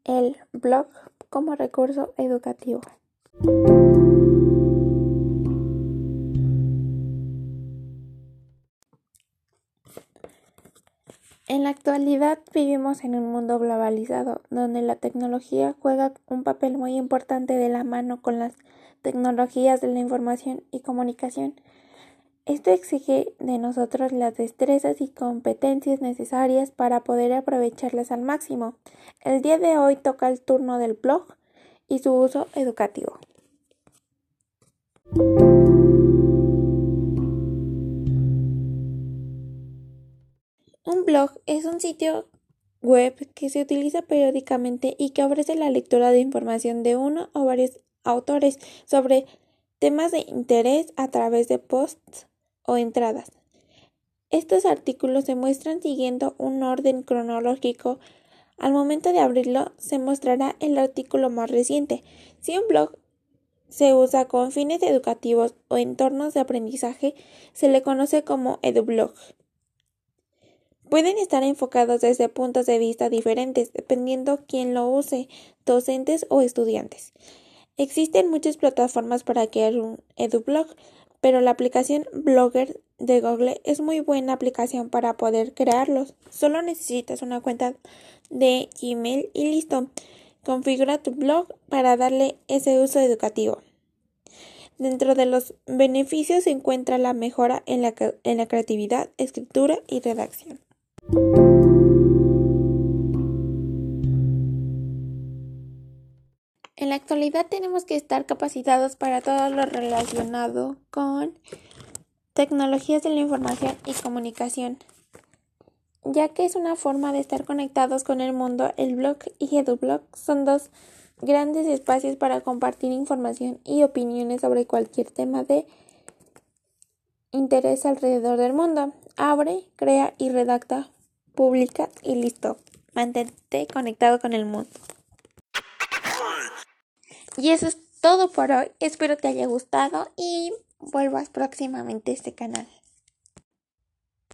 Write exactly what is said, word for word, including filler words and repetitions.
el blog como recurso educativo. En la actualidad vivimos en un mundo globalizado, donde la tecnología juega un papel muy importante de la mano con las tecnologías de la información y comunicación. Esto exige de nosotros las destrezas y competencias necesarias para poder aprovecharlas al máximo. El día de hoy toca el turno del blog y su uso educativo. Un blog es un sitio web que se utiliza periódicamente y que ofrece la lectura de información de uno o varios autores sobre temas de interés a través de posts o entradas. Estos artículos se muestran siguiendo un orden cronológico. Al momento de abrirlo, se mostrará el artículo más reciente. Si un blog se usa con fines educativos o entornos de aprendizaje, se le conoce como edublog. Pueden estar enfocados desde puntos de vista diferentes, dependiendo quién lo use, docentes o estudiantes. Existen muchas plataformas para crear un edublog, pero la aplicación Blogger de Google es muy buena aplicación para poder crearlos. Solo necesitas una cuenta de Gmail y listo. Configura tu blog para darle ese uso educativo. Dentro de los beneficios se encuentra la mejora en la, en la creatividad, escritura y redacción. En la actualidad tenemos que estar capacitados para todo lo relacionado con tecnologías de la información y comunicación, ya que es una forma de estar conectados con el mundo. El blog y edublog son dos grandes espacios para compartir información y opiniones sobre cualquier tema de interés alrededor del mundo. Abre, crea y redacta, publica y listo. Mantente conectado con el mundo. Y eso es todo por hoy. Espero te haya gustado y vuelvas próximamente a este canal.